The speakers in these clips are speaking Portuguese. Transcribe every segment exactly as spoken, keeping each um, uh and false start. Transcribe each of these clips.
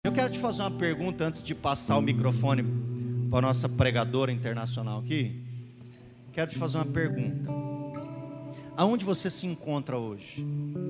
Eu quero te fazer uma pergunta antes de passar o microfone para a nossa pregadora internacional aqui. Quero te fazer uma pergunta. Aonde você se encontra hoje?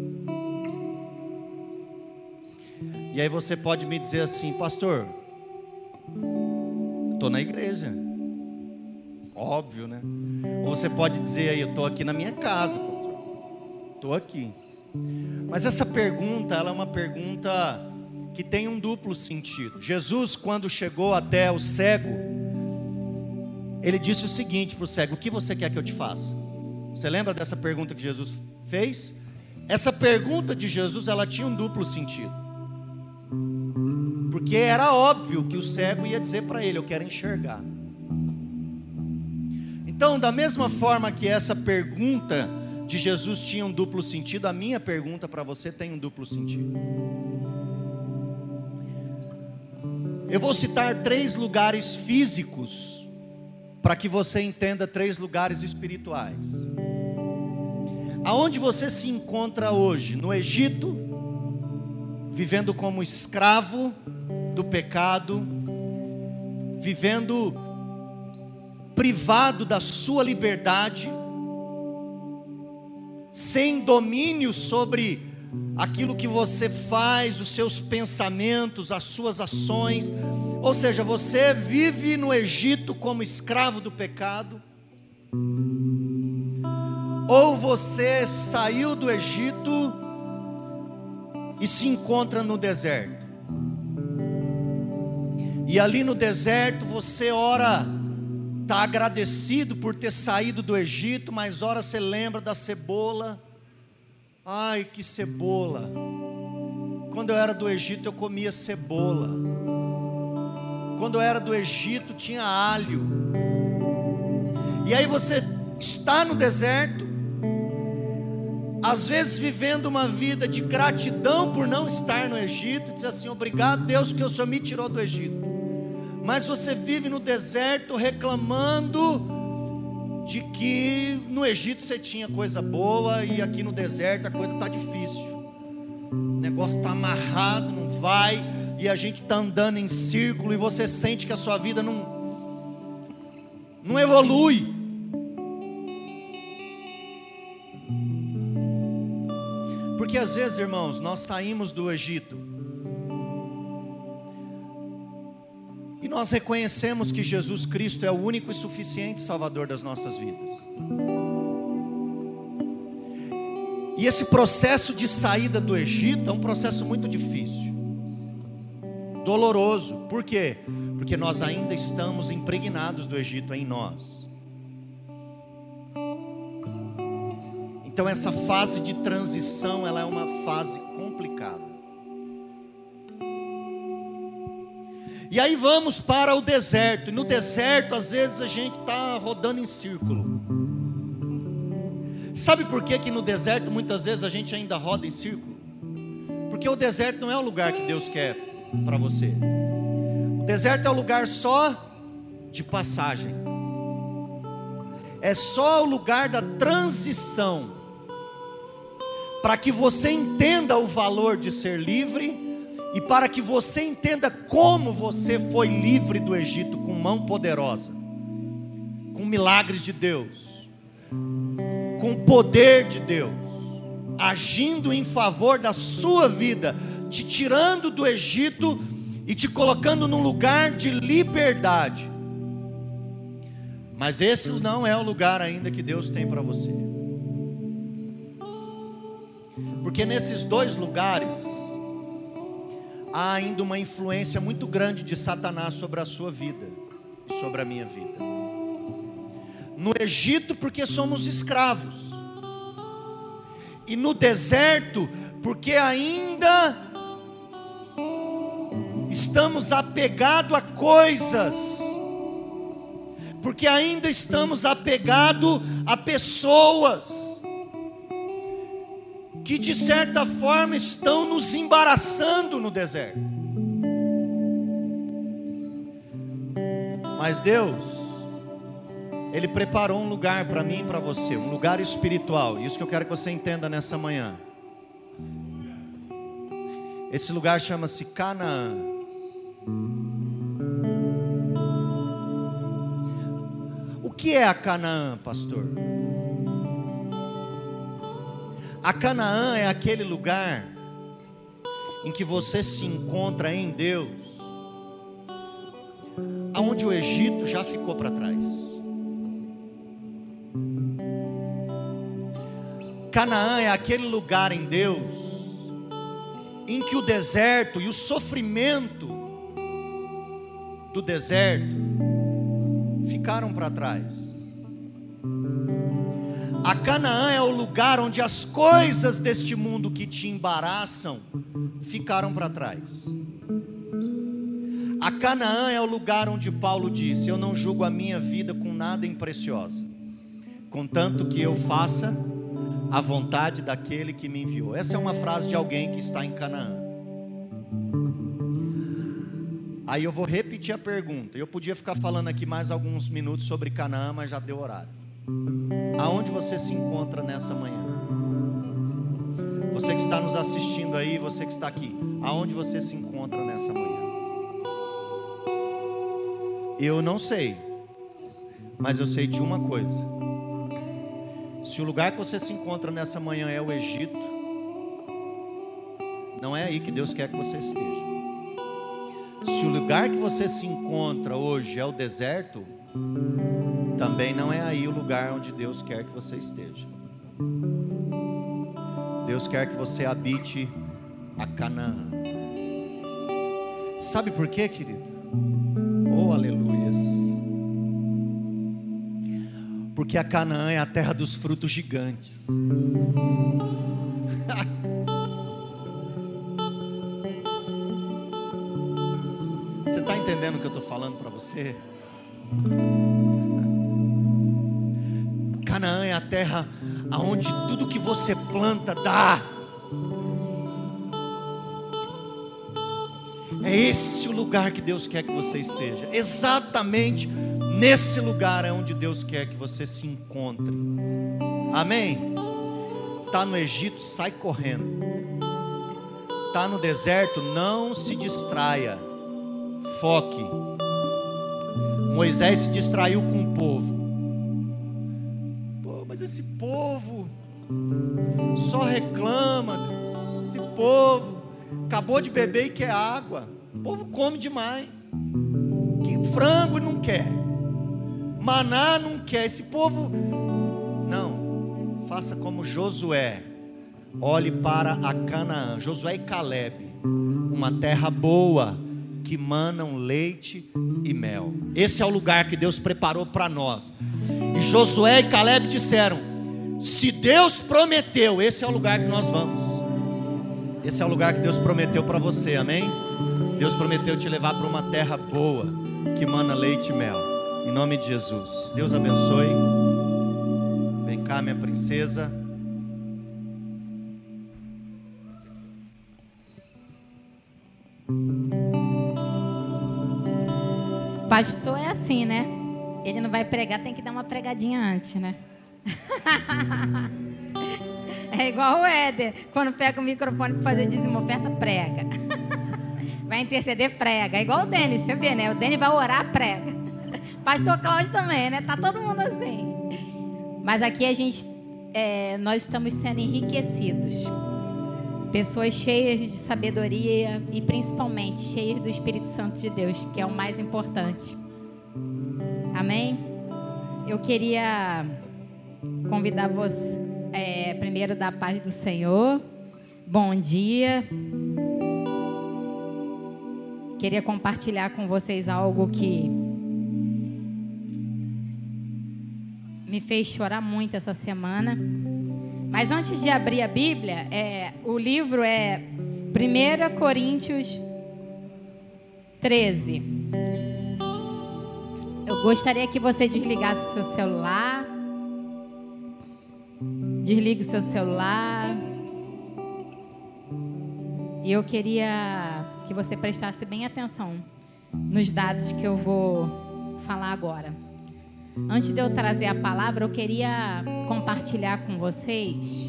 E aí você pode me dizer assim: pastor, estou na igreja. Óbvio, né? Ou você pode dizer aí: eu estou aqui na minha casa, pastor. Estou aqui. Mas essa pergunta, ela é uma pergunta que tem um duplo sentido. Jesus, quando chegou até o cego, ele disse o seguinte para o cego: o que você quer que eu te faça? Você lembra dessa pergunta que Jesus fez? Essa pergunta de Jesus, ela tinha um duplo sentido, porque era óbvio que o cego ia dizer para ele: eu quero enxergar. Então, da mesma forma que essa pergunta de Jesus tinha um duplo sentido, a minha pergunta para você tem um duplo sentido. Eu vou citar três lugares físicos para que você entenda três lugares espirituais. Aonde você se encontra hoje? No Egito, vivendo como escravo do pecado, vivendo privado da sua liberdade, sem domínio sobre aquilo que você faz, os seus pensamentos, as suas ações. Ou seja, você vive no Egito como escravo do pecado, ou você saiu do Egito e se encontra no deserto, e ali no deserto você ora, está agradecido por ter saído do Egito, mas ora você lembra da cebola. Ai, que cebola! Quando eu era do Egito eu comia cebola. Quando eu era do Egito tinha alho. E aí você está no deserto, às vezes vivendo uma vida de gratidão por não estar no Egito, diz assim: obrigado Deus que o Senhor me tirou do Egito. Mas você vive no deserto reclamando de que no Egito você tinha coisa boa e aqui no deserto a coisa está difícil. O negócio está amarrado, não vai, e a gente está andando em círculo, e você sente que a sua vida não, não evolui. Porque às vezes, irmãos, nós saímos do Egito e nós reconhecemos que Jesus Cristo é o único e suficiente Salvador das nossas vidas. E esse processo de saída do Egito é um processo muito difícil, doloroso. Por quê? Porque nós ainda estamos impregnados do Egito em nós. Então essa fase de transição, ela é uma fase complicada. E aí vamos para o deserto. E no deserto, às vezes a gente está rodando em círculo. Sabe por que que no deserto muitas vezes a gente ainda roda em círculo? Porque o deserto não é o lugar que Deus quer para você. O deserto é o lugar só de passagem. É só o lugar da transição, para que você entenda o valor de ser livre, e para que você entenda como você foi livre do Egito com mão poderosa, com milagres de Deus, com o poder de Deus, agindo em favor da sua vida, te tirando do Egito e te colocando num lugar de liberdade. Mas esse não é o lugar ainda que Deus tem para você. Porque nesses dois lugares há ainda uma influência muito grande de Satanás sobre a sua vida e sobre a minha vida. No Egito, porque somos escravos, e no deserto, porque ainda estamos apegados a coisas, porque ainda estamos apegados a pessoas que de certa forma estão nos embaraçando no deserto. Mas Deus, Ele preparou um lugar para mim e para você, um lugar espiritual. Isso que eu quero que você entenda nessa manhã. Esse lugar chama-se Canaã. que é a Canaã, pastor? A Canaã é aquele lugar em que você se encontra em Deus, aonde o Egito já ficou para trás. Canaã é aquele lugar em Deus em que o deserto e o sofrimento do deserto ficaram para trás. A Canaã é o lugar onde as coisas deste mundo que te embaraçam ficaram para trás. A Canaã é o lugar onde Paulo disse: eu não julgo a minha vida com nada impreciosa, contanto que eu faça a vontade daquele que me enviou. Essa é uma frase de alguém que está em Canaã. Aí eu vou repetir a pergunta. Eu podia ficar falando aqui mais alguns minutos sobre Canaã, mas já deu horário. Aonde você se encontra nessa manhã? Você que está nos assistindo aí, você que está aqui, aonde você se encontra nessa manhã? Eu não sei, mas eu sei de uma coisa: se o lugar que você se encontra nessa manhã é o Egito, não é aí que Deus quer que você esteja. Se o lugar que você se encontra hoje é o deserto, também não é aí o lugar onde Deus quer que você esteja. Deus quer que você habite a Canaã. Sabe por quê, querido? Oh, aleluias! Porque a Canaã é a terra dos frutos gigantes. Você está entendendo o que eu estou falando para você? Canaã é a terra onde tudo que você planta dá. É esse o lugar que Deus quer que você esteja. Exatamente nesse lugar é onde Deus quer que você se encontre. Amém? Está no Egito, sai correndo. Está no deserto, não se distraia. Foque. Moisés se distraiu com o povo. Pô, mas esse povo só reclama, Deus. Esse povo acabou de beber e quer água. O povo come demais. Que frango não quer. Maná não quer. Esse povo... Não. Faça como Josué. Olhe para a Canaã. Josué e Calebe. Uma terra boa, que manam leite e mel. Esse é o lugar que Deus preparou para nós. E Josué e Calebe disseram: se Deus prometeu, esse é o lugar que nós vamos. Esse é o lugar que Deus prometeu para você, amém? Deus prometeu te levar para uma terra boa, que mana leite e mel. Em nome de Jesus. Deus abençoe. Vem cá, minha princesa. Pastor é assim, né? Ele não vai pregar, tem que dar uma pregadinha antes, né? É igual o Éder, quando pega o microfone para fazer dízimo oferta, prega. Vai interceder, prega. É igual o Denis, você vê, né? O Denis vai orar, prega. Pastor Cláudio também, né? Tá todo mundo assim. Mas aqui a gente, é, nós estamos sendo enriquecidos. Pessoas cheias de sabedoria e principalmente cheias do Espírito Santo de Deus, que é o mais importante. Amém? Eu queria convidar você, é, primeiro, da paz do Senhor. Bom dia. Queria compartilhar com vocês algo que me fez chorar muito essa semana. Mas antes de abrir a Bíblia, é, o livro é primeira Coríntios treze. Eu gostaria que você desligasse seu celular. Desligue o seu celular. E eu queria que você prestasse bem atenção nos dados que eu vou falar agora. Antes de eu trazer a palavra, eu queria compartilhar com vocês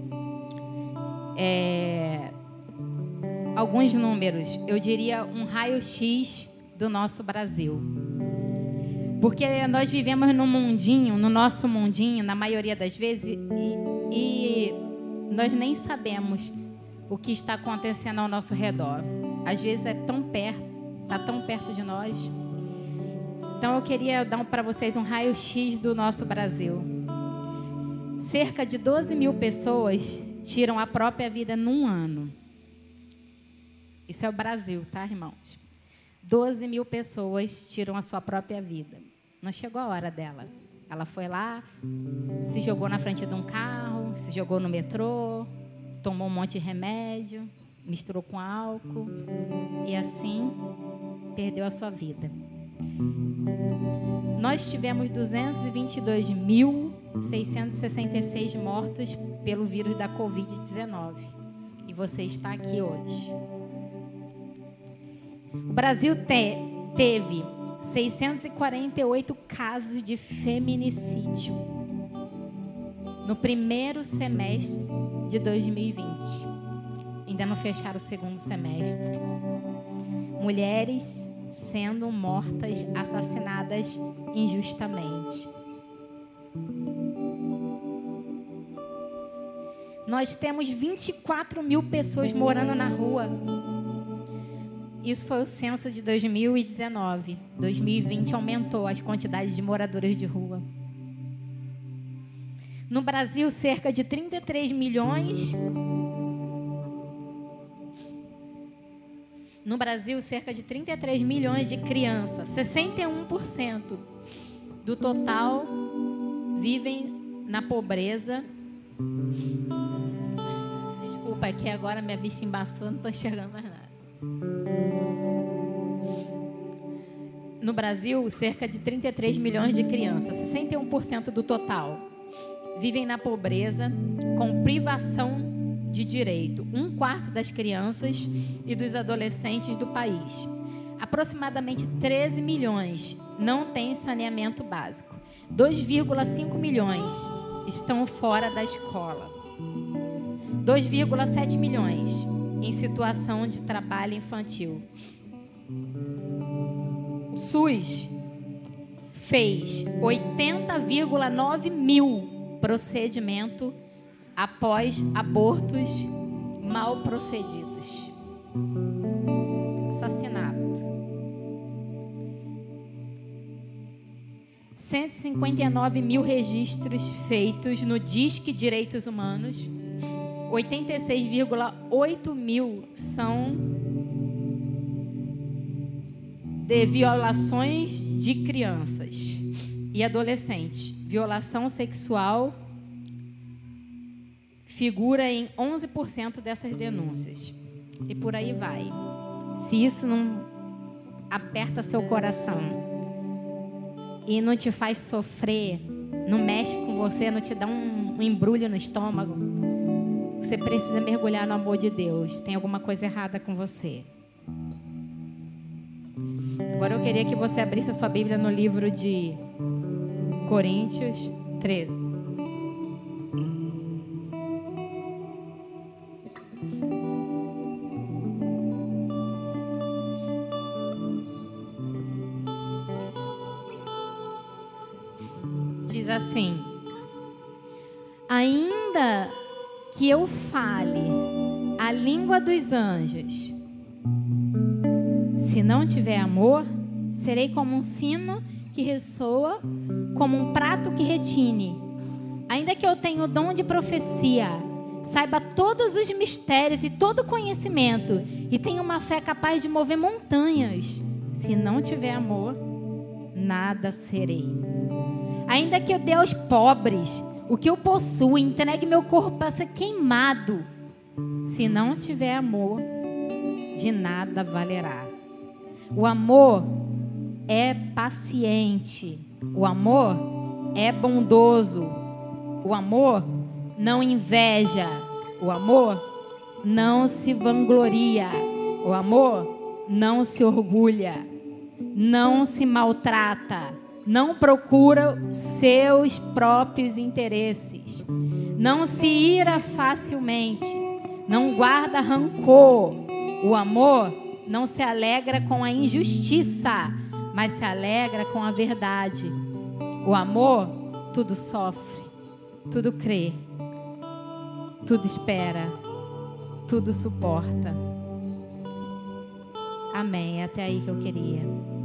é, alguns números. Eu diria um raio-x do nosso Brasil. Porque nós vivemos num mundinho, no nosso mundinho, na maioria das vezes, e, e nós nem sabemos o que está acontecendo ao nosso redor. Às vezes é tão perto, está tão perto de nós. Então eu queria dar para vocês um raio-x do nosso Brasil. Cerca de doze mil pessoas tiram a própria vida num ano. Isso é o Brasil, tá, irmãos? doze mil pessoas tiram a sua própria vida. Não chegou a hora dela. Ela foi lá, se jogou na frente de um carro, se jogou no metrô, tomou um monte de remédio, misturou com álcool e assim perdeu a sua vida. Nós tivemos duzentos e vinte e dois mil, seiscentos e sessenta e seis mortos pelo vírus da covid dezenove. E você está aqui hoje. O Brasil te, teve seiscentos e quarenta e oito casos de feminicídio no primeiro semestre de dois mil e vinte. Ainda não fecharam o segundo semestre. Mulheres sendo mortas, assassinadas injustamente. Nós temos vinte e quatro mil pessoas morando na rua. Isso foi o censo de dois mil e dezenove. dois mil e vinte aumentou as quantidades de moradores de rua. No Brasil, cerca de trinta e três milhões. No Brasil, cerca de trinta e três milhões de crianças. sessenta e um por cento do total vivem na pobreza. Desculpa, é que agora minha vista embaçou, não estou enxergando mais nada. No Brasil, cerca de trinta e três milhões de crianças, sessenta e um por cento do total, vivem na pobreza com privação de direito. Um quarto das crianças e dos adolescentes do país. Aproximadamente treze milhões não têm saneamento básico. dois vírgula cinco milhões estão fora da escola. dois vírgula sete milhões em situação de trabalho infantil. O SUS fez oitenta vírgula nove mil procedimentos após abortos mal procedidos. Assassinato. cento e cinquenta e nove mil registros feitos no Disque Direitos Humanos. oitenta e seis vírgula oito mil são de violações de crianças e adolescentes. Violação sexual figura em onze por cento dessas denúncias. E por aí vai. Se isso não aperta seu coração e não te faz sofrer, não mexe com você, não te dá um, um embrulho no estômago, você precisa mergulhar no amor de Deus. Tem alguma coisa errada com você. Agora eu queria que você abrisse a sua Bíblia no livro de Coríntios treze. Diz assim: ainda que eu fale a língua dos anjos, se não tiver amor, serei como um sino que ressoa, como um prato que retine. Ainda que eu tenha o dom de profecia, saiba todos os mistérios e todo conhecimento, e tenha uma fé capaz de mover montanhas, se não tiver amor, nada serei. Ainda que eu dê aos pobres o que eu possuo, entregue meu corpo para ser queimado, se não tiver amor, de nada valerá. O amor é paciente, o amor é bondoso, o amor não inveja, o amor não se vangloria, o amor não se orgulha, não se maltrata, não procura seus próprios interesses, não se ira facilmente, não guarda rancor. O amor não se alegra com a injustiça, mas se alegra com a verdade. O amor tudo sofre, tudo crê, tudo espera, tudo suporta. Amém. É até aí que eu queria.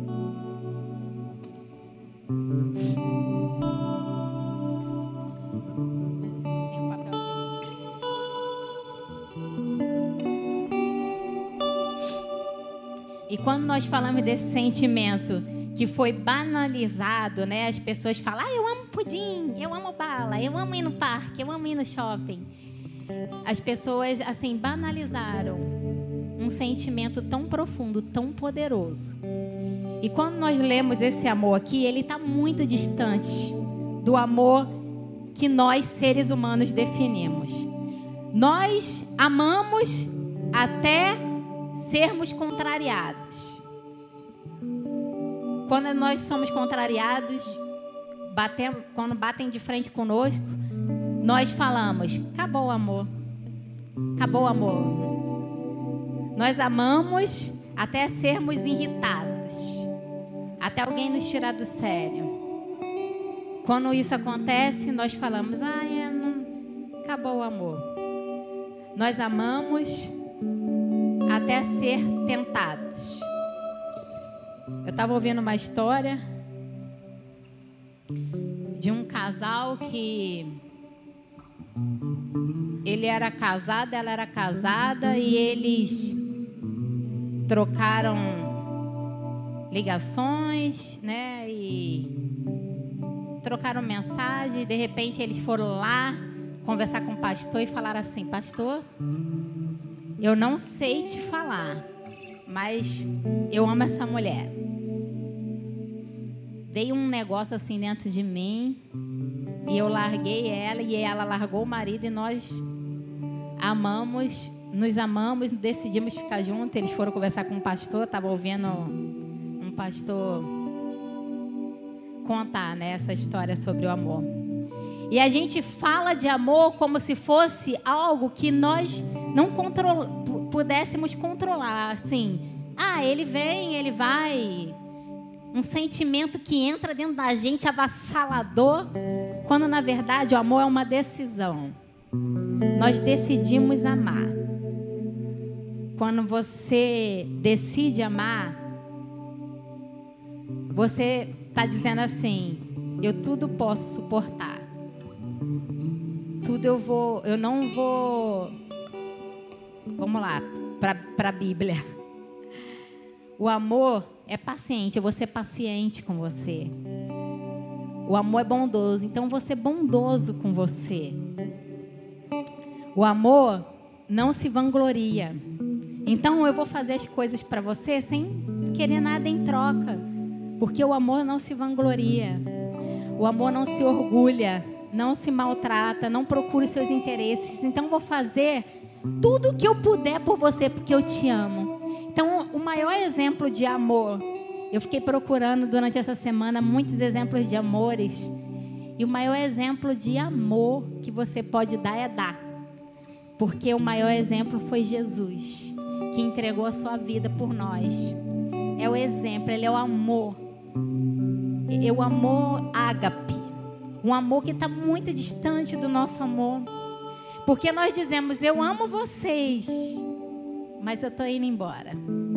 E quando nós falamos desse sentimento que foi banalizado, né? As pessoas falam, ah, eu amo pudim, eu amo bala, eu amo ir no parque, eu amo ir no shopping. As pessoas, assim, banalizaram um sentimento tão profundo, tão poderoso. E quando nós lemos esse amor aqui, ele está muito distante do amor que nós, seres humanos, definimos. Nós amamos até sermos contrariados. Quando nós somos contrariados, batemos, quando batem de frente conosco, nós falamos, acabou o amor. Acabou o amor. Nós amamos até sermos irritados. Até alguém nos tirar do sério. Quando isso acontece, nós falamos, ah, é, não, acabou o amor. Nós amamos até ser tentados. Eu estava ouvindo uma história de um casal que ele era casado, ela era casada e eles trocaram ligações, né? E trocaram mensagem. E de repente eles foram lá conversar com o pastor e falaram assim: pastor, eu não sei te falar, mas eu amo essa mulher. Veio um negócio assim dentro de mim e eu larguei ela e ela largou o marido e nós amamos, nos amamos, decidimos ficar juntos. Eles foram conversar com o pastor, estava ouvindo um pastor contar, né, essa história sobre o amor. E a gente fala de amor como se fosse algo que nós não contro- pudéssemos controlar, assim. Ah, ele vem, ele vai. Um sentimento que entra dentro da gente avassalador, quando na verdade o amor é uma decisão. Nós decidimos amar. Quando você decide amar, você está dizendo assim: eu tudo posso suportar. Tudo eu vou, eu não vou. Vamos lá, para a Bíblia. O amor é paciente, eu vou ser paciente com você. O amor é bondoso, então eu vou ser bondoso com você. O amor não se vangloria. Então eu vou fazer as coisas para você sem querer nada em troca. Porque o amor não se vangloria. O amor não se orgulha, não se maltrata, não procura os seus interesses. Então eu vou fazer tudo o que eu puder por você, porque eu te amo. Então, o maior exemplo de amor, eu fiquei procurando durante essa semana muitos exemplos de amores, e o maior exemplo de amor que você pode dar é dar, porque o maior exemplo foi Jesus, que entregou a sua vida por nós. É o exemplo, ele é o amor, é o amor ágape, um amor que está muito distante do nosso amor, porque nós dizemos: eu amo vocês, mas eu estou indo embora.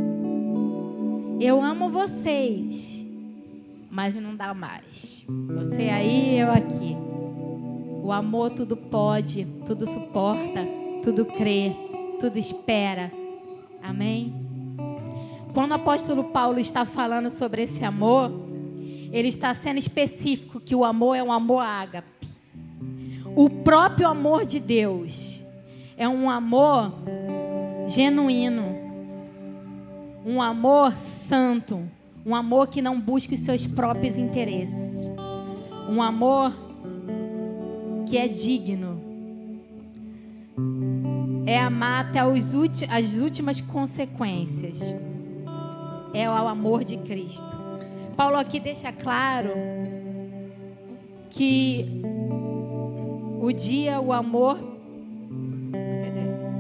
Eu amo vocês, mas não dá mais. Você aí, eu aqui. O amor tudo pode, tudo suporta, tudo crê, tudo espera. Amém? Quando o apóstolo Paulo está falando sobre esse amor, ele está sendo específico que o amor é um amor ágape. O próprio amor de Deus é um amor genuíno, um amor santo, um amor que não busca os seus próprios interesses, um amor que é digno, é amar até os ulti- as últimas consequências, é o amor de Cristo. Paulo aqui deixa claro que o dia, o amor,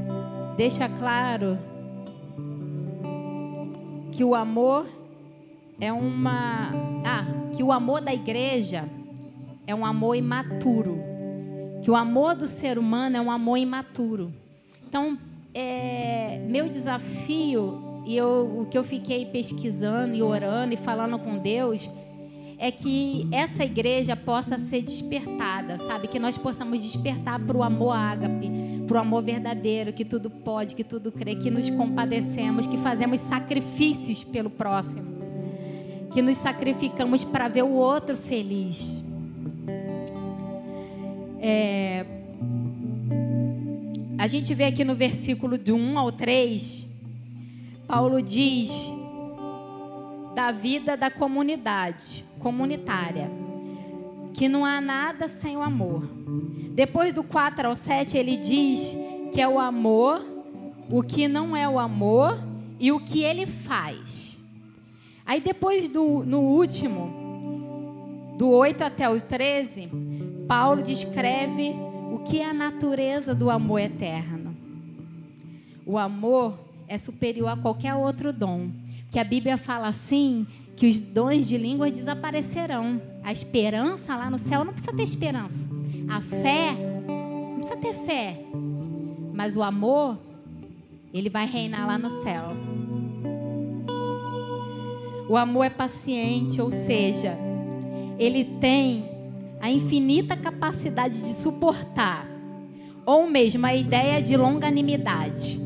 deixa claro que o amor é uma... Ah, que o amor da igreja é um amor imaturo. Que o amor do ser humano é um amor imaturo. Então, é, meu desafio, e eu, o que eu fiquei pesquisando e orando e falando com Deus, é que essa igreja possa ser despertada, sabe? Que nós possamos despertar para o amor ágape, para o amor verdadeiro, que tudo pode, que tudo crê, que nos compadecemos, que fazemos sacrifícios pelo próximo, que nos sacrificamos para ver o outro feliz. É, a gente vê aqui no versículo de um ao três, Paulo diz da vida da comunidade, comunitária, que não há nada sem o amor. Depois do quatro ao sete, ele diz que é o amor, o que não é o amor e o que ele faz. Aí depois, do, no último, do oito até o treze, Paulo descreve o que é a natureza do amor eterno. O amor é superior a qualquer outro dom. Que a Bíblia fala assim, que os dons de línguas desaparecerão. A esperança lá no céu não precisa ter esperança. A fé não precisa ter fé. Mas o amor, ele vai reinar lá no céu. O amor é paciente, ou seja, ele tem a infinita capacidade de suportar, ou mesmo a ideia de longanimidade,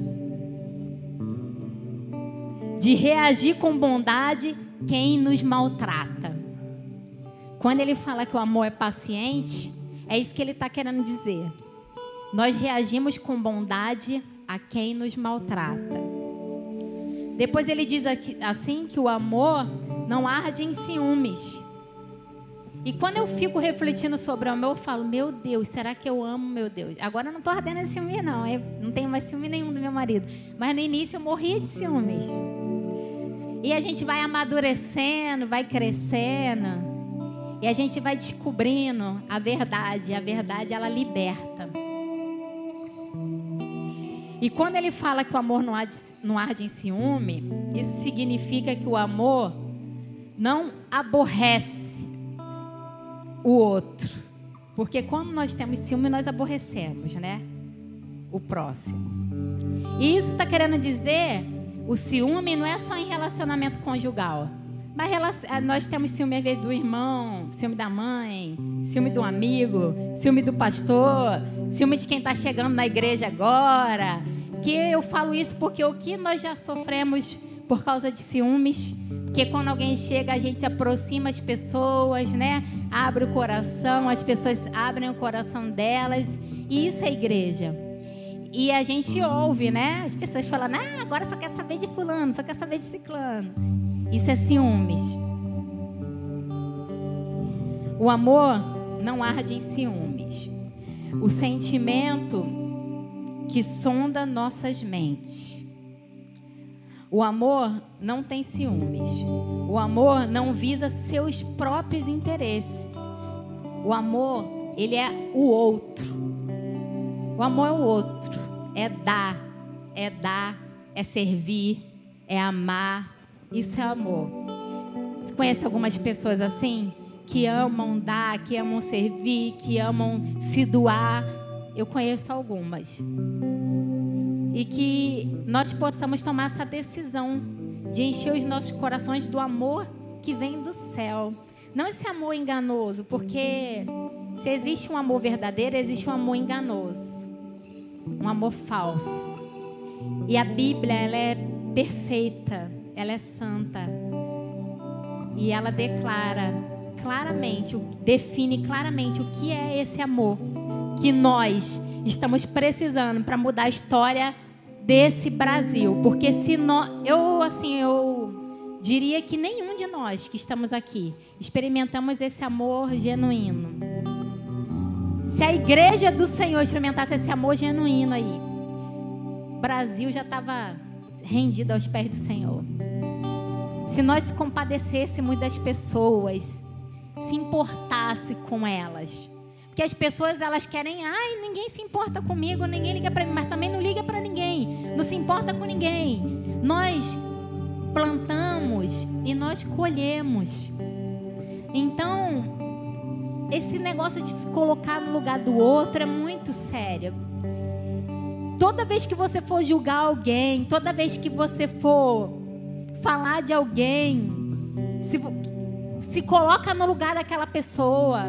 de reagir com bondade quem nos maltrata. Quando ele fala que o amor é paciente, é isso que ele está querendo dizer. Nós reagimos com bondade a quem nos maltrata. Depois ele diz aqui, assim, que o amor não arde em ciúmes. E quando eu fico refletindo sobre o amor, eu falo, meu Deus, será que eu amo meu Deus? Agora eu não estou ardendo em ciúme, não. Eu não tenho mais ciúme nenhum do meu marido. Mas no início eu morria de ciúmes. E a gente vai amadurecendo, vai crescendo. E a gente vai descobrindo a verdade. A verdade, ela liberta. E quando ele fala que o amor não arde, não arde em ciúme, isso significa que o amor não aborrece o outro. Porque quando nós temos ciúme, nós aborrecemos, né? O próximo. E isso está querendo dizer, o ciúme não é só em relacionamento conjugal. Mas nós temos ciúme às vezes do irmão, ciúme da mãe, ciúme do amigo, ciúme do pastor, ciúme de quem está chegando na igreja agora. Que eu falo isso porque o que nós já sofremos por causa de ciúmes, porque quando alguém chega, a gente aproxima as pessoas, né? Abre o coração, as pessoas abrem o coração delas, e isso é igreja. E a gente ouve, né? As pessoas falando, ah, agora só quer saber de fulano, só quer saber de ciclano. Isso é ciúmes. O amor não arde em ciúmes. O sentimento que sonda nossas mentes. O amor não tem ciúmes. O amor não visa seus próprios interesses. O amor, ele é o outro. O amor é o outro. É dar, é dar, é servir, é amar. Isso é amor. Você conhece algumas pessoas assim? Que amam dar, que amam servir, que amam se doar. Eu conheço algumas. E que nós possamos tomar essa decisão de encher os nossos corações do amor que vem do céu. Não esse amor enganoso, porque se existe um amor verdadeiro, existe um amor enganoso. Um amor falso. E a Bíblia, ela é perfeita, ela é santa. E ela declara claramente, define claramente o que é esse amor que nós estamos precisando para mudar a história desse Brasil. Porque se nós, eu assim, eu diria que nenhum de nós que estamos aqui experimentamos esse amor genuíno. Se a igreja do Senhor experimentasse esse amor genuíno aí, o Brasil já estava rendido aos pés do Senhor. Se nós se compadecêssemos das pessoas, se importasse com elas. Porque as pessoas, elas querem, ai, ninguém se importa comigo, ninguém liga para mim, mas também não liga para ninguém, não se importa com ninguém. Nós plantamos e nós colhemos. Então, esse negócio de se colocar no lugar do outro é muito sério. Toda vez que você for julgar alguém, toda vez que você for falar de alguém, se, se coloca no lugar daquela pessoa.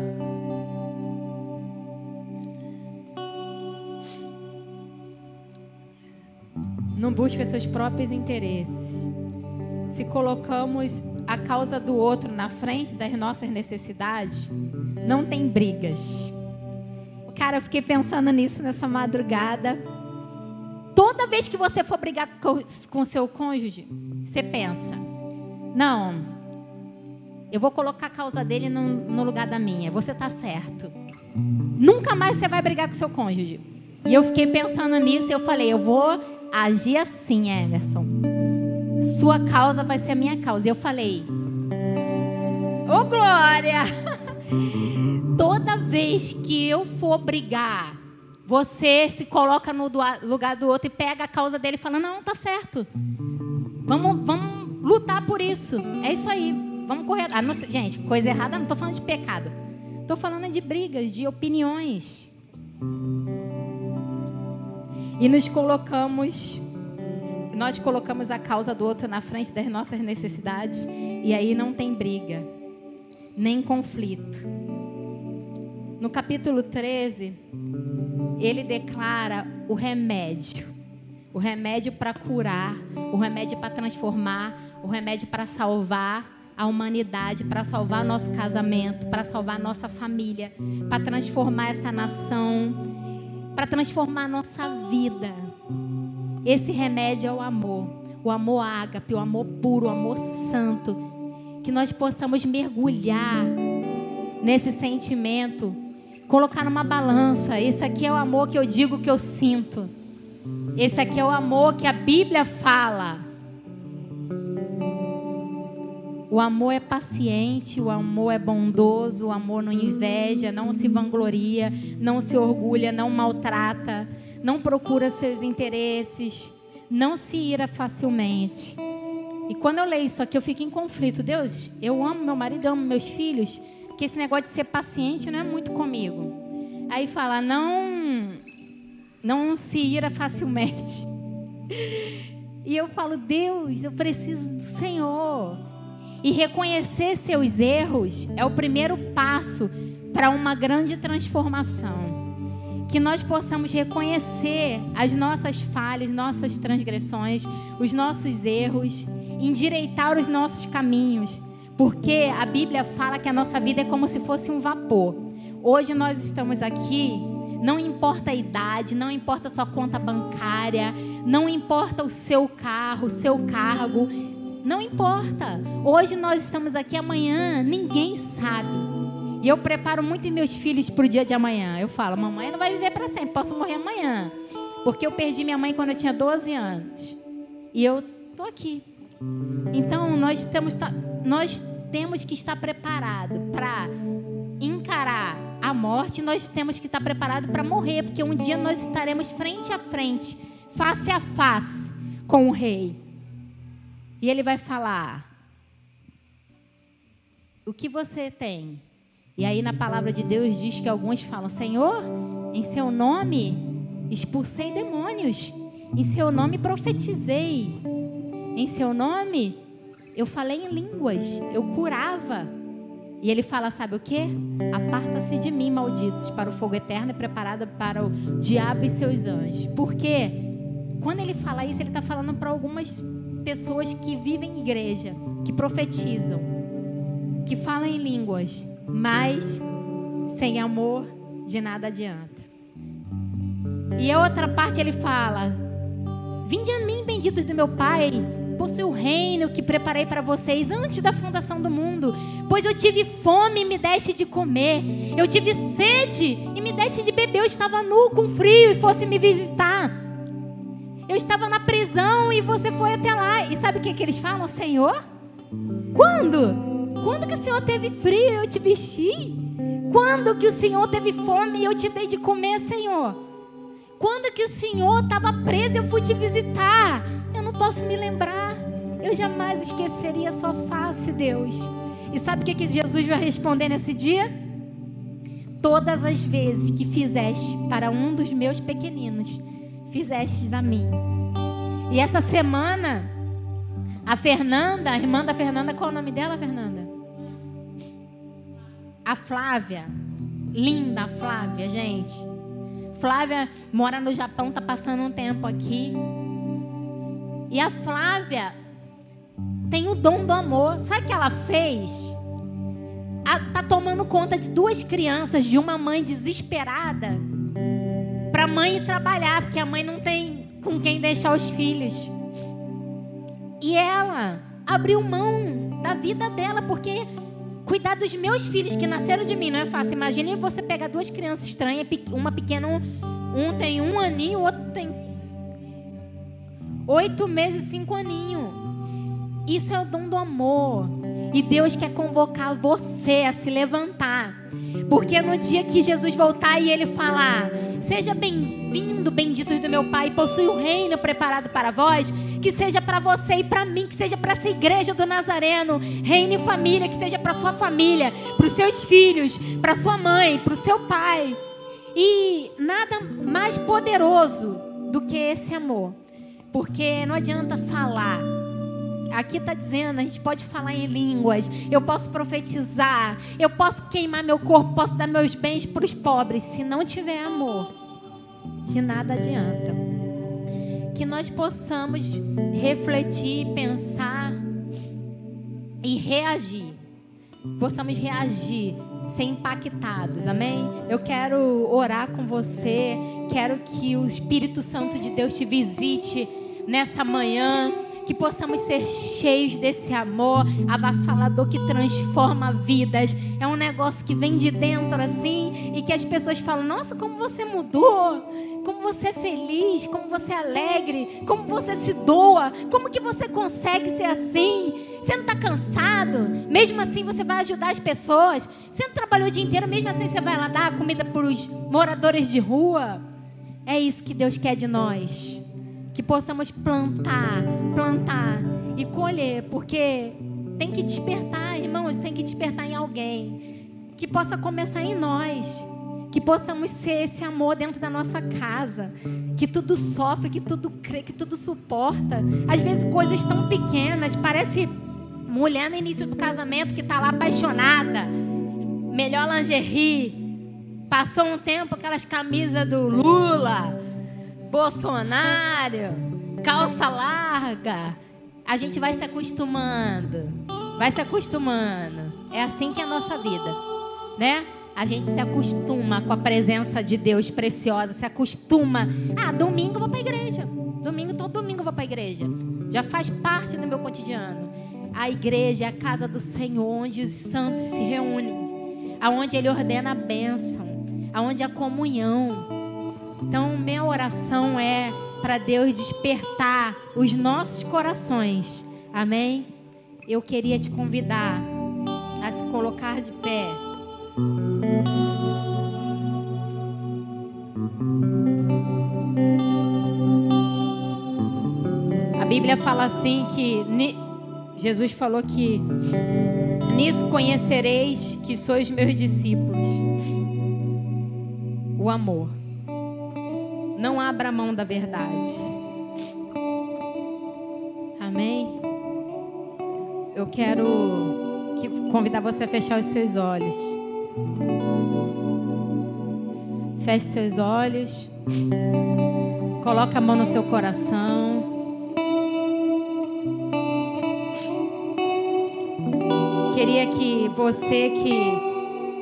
Não busca seus próprios interesses. Se colocamos a causa do outro na frente das nossas necessidades, não tem brigas. Cara, eu fiquei pensando nisso nessa madrugada. Toda vez que você for brigar com seu cônjuge, você pensa: não, eu vou colocar a causa dele no, no lugar da minha. Você está certo. Nunca mais você vai brigar com seu cônjuge. E eu fiquei pensando nisso e eu falei: eu vou agir assim, Emerson. Sua causa vai ser a minha causa. E eu falei: ô, oh, Glória! Toda vez que eu for brigar, você se coloca no lugar do outro e pega a causa dele e fala: não, tá certo. Vamos, vamos lutar por isso. É isso aí. Vamos correr. Ah, não, gente, coisa errada, não estou falando de pecado. Estou falando de brigas, de opiniões. E nos colocamos, nós colocamos a causa do outro na frente das nossas necessidades. E aí não tem briga, nem conflito. No capítulo treze, ele declara o remédio. O remédio para curar, o remédio para transformar, o remédio para salvar a humanidade, para salvar nosso casamento, para salvar nossa família, para transformar essa nação, para transformar nossa vida. Esse remédio é o amor, o amor ágape, o amor puro, o amor santo. Que nós possamos mergulhar nesse sentimento, colocar numa balança. Esse aqui é o amor que eu digo que eu sinto. Esse aqui é o amor que a Bíblia fala. O amor é paciente, o amor é bondoso, o amor não inveja, não se vangloria, não se orgulha, não maltrata, não procura seus interesses, não se ira facilmente. E quando eu leio isso aqui, eu fico em conflito. Deus, eu amo meu marido, eu amo meus filhos, porque esse negócio de ser paciente não é muito comigo. Aí fala: não, não se ira facilmente. E eu falo: Deus, eu preciso do Senhor. E reconhecer seus erros é o primeiro passo para uma grande transformação. Que nós possamos reconhecer as nossas falhas, nossas transgressões, os nossos erros, endireitar os nossos caminhos. Porque a Bíblia fala que a nossa vida é como se fosse um vapor. Hoje nós estamos aqui, não importa a idade, não importa a sua conta bancária, não importa o seu carro, o seu cargo, não importa. Hoje nós estamos aqui, amanhã ninguém sabe. E eu preparo muito meus filhos para o dia de amanhã. Eu falo: mamãe não vai viver para sempre, posso morrer amanhã. Porque eu perdi minha mãe quando eu tinha doze anos. E eu estou aqui. Então nós temos, nós temos que estar preparados para encarar a morte. Nós temos que estar preparados para morrer. Porque um dia nós estaremos frente a frente, face a face com o Rei. E ele vai falar: o que você tem? E aí na palavra de Deus diz que alguns falam: Senhor, em seu nome expulsei demônios, em seu nome profetizei, em seu nome eu falei em línguas, eu curava. E ele fala: sabe o quê? Aparta-se de mim, malditos, para o fogo eterno e preparado para o diabo e seus anjos. Porque quando ele fala isso, ele está falando para algumas pessoas que vivem em igreja, que profetizam, que falam em línguas, mas sem amor de nada adianta. E a outra parte ele fala: vinde a mim, benditos do meu Pai, possui o reino que preparei para vocês antes da fundação do mundo. Pois eu tive fome e me deste de comer, eu tive sede e me deste de beber, eu estava nu com frio e fosse me visitar. Eu estava na prisão e você foi até lá. E sabe o que, que eles falam? Senhor, quando? Quando que o Senhor teve frio e eu te vesti? Quando que o Senhor teve fome e eu te dei de comer, Senhor? Quando que o Senhor estava preso e eu fui te visitar? Eu não posso me lembrar. Eu jamais esqueceria a sua face, Deus. E sabe o que, que Jesus vai responder nesse dia? Todas as vezes que fizeste para um dos meus pequeninos, fizestes a mim. E essa semana, a Fernanda, a irmã da Fernanda, qual é o nome dela, Fernanda? A Flávia. Linda a Flávia, gente. Flávia mora no Japão, tá passando um tempo aqui. E a Flávia tem o dom do amor. Sabe o que ela fez? Ela tá tomando conta de duas crianças, de uma mãe desesperada, para a mãe ir trabalhar, porque a mãe não tem com quem deixar os filhos. E ela abriu mão da vida dela, porque cuidar dos meus filhos que nasceram de mim não é fácil. Imagine você pegar duas crianças estranhas, uma pequena, um tem um aninho, o outro tem oito meses, cinco aninhos. Isso é o dom do amor. E Deus quer convocar você a se levantar. Porque no dia que Jesus voltar e Ele falar: seja bem-vindo, benditos do meu Pai, possui o reino preparado para vós, que seja para você e para mim, que seja para essa igreja do Nazareno, reino e família, que seja para sua família, para os seus filhos, para sua mãe, para o seu pai. E nada mais poderoso do que esse amor. Porque não adianta falar. Aqui está dizendo, a gente pode falar em línguas, eu posso profetizar, eu posso queimar meu corpo, posso dar meus bens para os pobres. Se não tiver amor, de nada adianta. Que nós possamos refletir, pensar e reagir. Possamos reagir, ser impactados, amém? Eu quero orar com você, quero que o Espírito Santo de Deus te visite nessa manhã. Que possamos ser cheios desse amor avassalador que transforma vidas. É um negócio que vem de dentro assim, e que as pessoas falam: nossa, como você mudou, como você é feliz, como você é alegre, como você se doa, como que você consegue ser assim? Você não está cansado? Mesmo assim você vai ajudar as pessoas. Você não trabalhou o dia inteiro, mesmo assim você vai lá dar comida para os moradores de rua. É isso que Deus quer de nós. Que possamos plantar, plantar e colher, porque tem que despertar, irmãos, tem que despertar em alguém. Que possa começar em nós, que possamos ser esse amor dentro da nossa casa, que tudo sofre, que tudo crê, que tudo suporta. Às vezes coisas tão pequenas, parece mulher no início do casamento que está lá apaixonada, melhor lingerie, passou um tempo aquelas camisas do Lula, Bolsonaro, calça larga. A gente vai se acostumando, vai se acostumando. É assim que é a nossa vida, né? A gente se acostuma com a presença de Deus preciosa, se acostuma. Ah, domingo eu vou para a igreja. Domingo, todo domingo eu vou para a igreja. Já faz parte do meu cotidiano. A igreja é a casa do Senhor, onde os santos se reúnem, aonde Ele ordena a bênção, aonde a comunhão. Então, minha oração é para Deus despertar os nossos corações. Amém? Eu queria te convidar a se colocar de pé. A Bíblia fala assim que... Jesus falou que nisso conhecereis que sois meus discípulos. O amor. Não abra mão da verdade. Amém? Eu quero que, convidar você a fechar os seus olhos. Feche seus olhos. Coloque a mão no seu coração. Queria que você que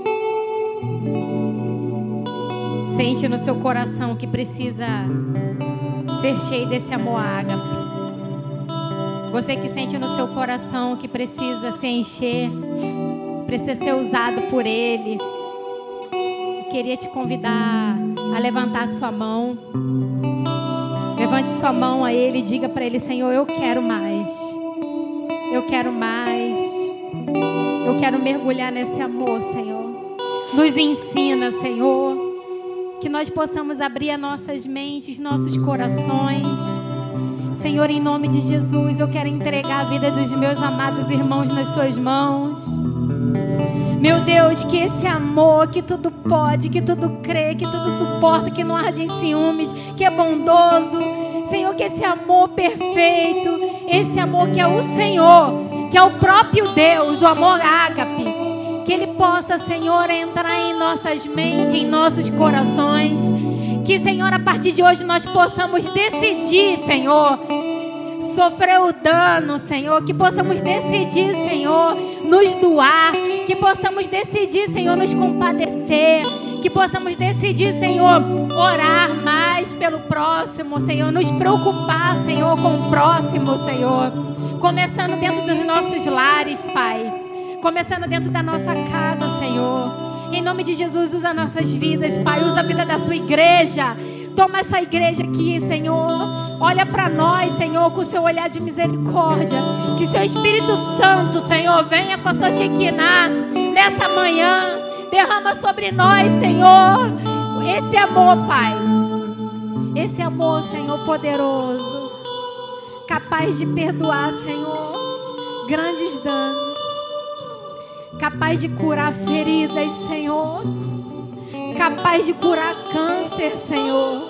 sente no seu coração que precisa ser cheio desse amor ágape. Você que sente no seu coração que precisa se encher, precisa ser usado por Ele. Eu queria te convidar a levantar sua mão. Levante sua mão a Ele e diga para Ele: Senhor, eu quero mais. Eu quero mais. Eu quero mergulhar nesse amor, Senhor. Nos ensina, Senhor. Que nós possamos abrir as nossas mentes, nossos corações. Senhor, em nome de Jesus, eu quero entregar a vida dos meus amados irmãos nas suas mãos. Meu Deus, que esse amor que tudo pode, que tudo crê, que tudo suporta, que não arde em ciúmes, que é bondoso, Senhor, que esse amor perfeito, esse amor que é o Senhor, que é o próprio Deus, o amor ágape, que Ele possa, Senhor, entrar em nossas mentes, em nossos corações. Que, Senhor, a partir de hoje nós possamos decidir, Senhor, sofrer o dano, Senhor. Que possamos decidir, Senhor, nos doar. Que possamos decidir, Senhor, nos compadecer. Que possamos decidir, Senhor, orar mais pelo próximo, Senhor. Nos preocupar, Senhor, com o próximo, Senhor. Começando dentro dos nossos lares, Pai. Começando dentro da nossa casa, Senhor. Em nome de Jesus, usa nossas vidas, Pai. Usa a vida da sua igreja. Toma essa igreja aqui, Senhor. Olha para nós, Senhor, com o seu olhar de misericórdia. Que o seu Espírito Santo, Senhor, venha com a sua Shekinah nessa manhã. Derrama sobre nós, Senhor, esse amor, Pai. Esse amor, Senhor, poderoso. Capaz de perdoar, Senhor, grandes danos. Capaz de curar feridas, Senhor. Capaz de curar câncer, Senhor.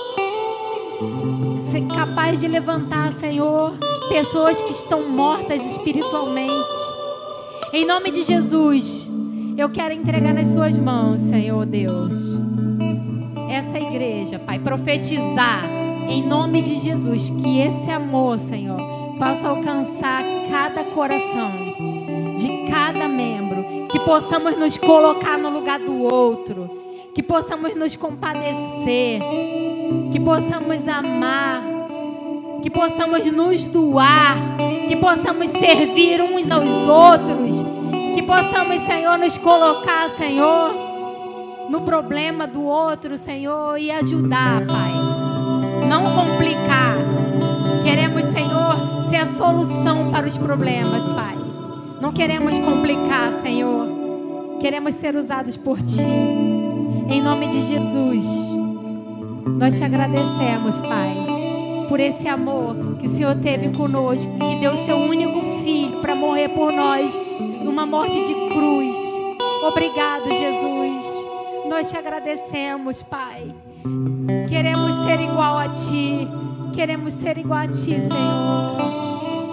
Ser capaz de levantar, Senhor, pessoas que estão mortas espiritualmente. Em nome de Jesus, eu quero entregar nas suas mãos, Senhor Deus, essa igreja, Pai, profetizar em nome de Jesus que esse amor, Senhor, possa alcançar cada coração de cada membro, que possamos nos colocar no lugar do outro, que possamos nos compadecer, que possamos amar, que possamos nos doar, que possamos servir uns aos outros, que possamos, Senhor, nos colocar, Senhor, no problema do outro, Senhor, e ajudar, Pai, não complicar. Queremos, Senhor, ser a solução para os problemas, Pai. Não queremos complicar, Senhor. Queremos ser usados por Ti. Em nome de Jesus, nós te agradecemos, Pai, por esse amor que o Senhor teve conosco, que deu o seu único filho para morrer por nós, numa morte de cruz. Obrigado, Jesus. Nós te agradecemos, Pai. Queremos ser igual a Ti. Queremos ser igual a Ti, Senhor.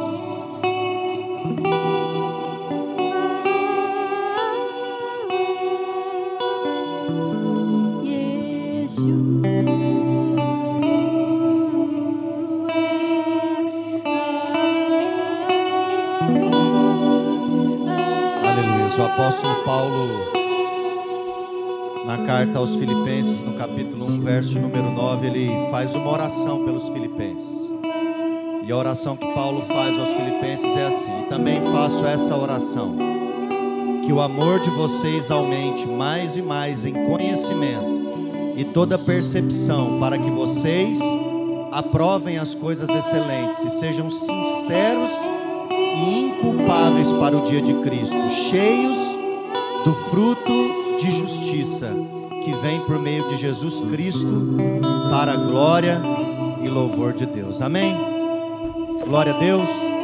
O apóstolo Paulo, na carta aos Filipenses, no capítulo um, verso número nove, ele faz uma oração pelos filipenses. E a oração que Paulo faz aos filipenses é assim: e também faço essa oração, que o amor de vocês aumente mais e mais em conhecimento e toda percepção, para que vocês aprovem as coisas excelentes e sejam sinceros e inculpáveis para o dia de Cristo, cheios do fruto de justiça que vem por meio de Jesus Cristo, para a glória e louvor de Deus. Amém? Glória a Deus.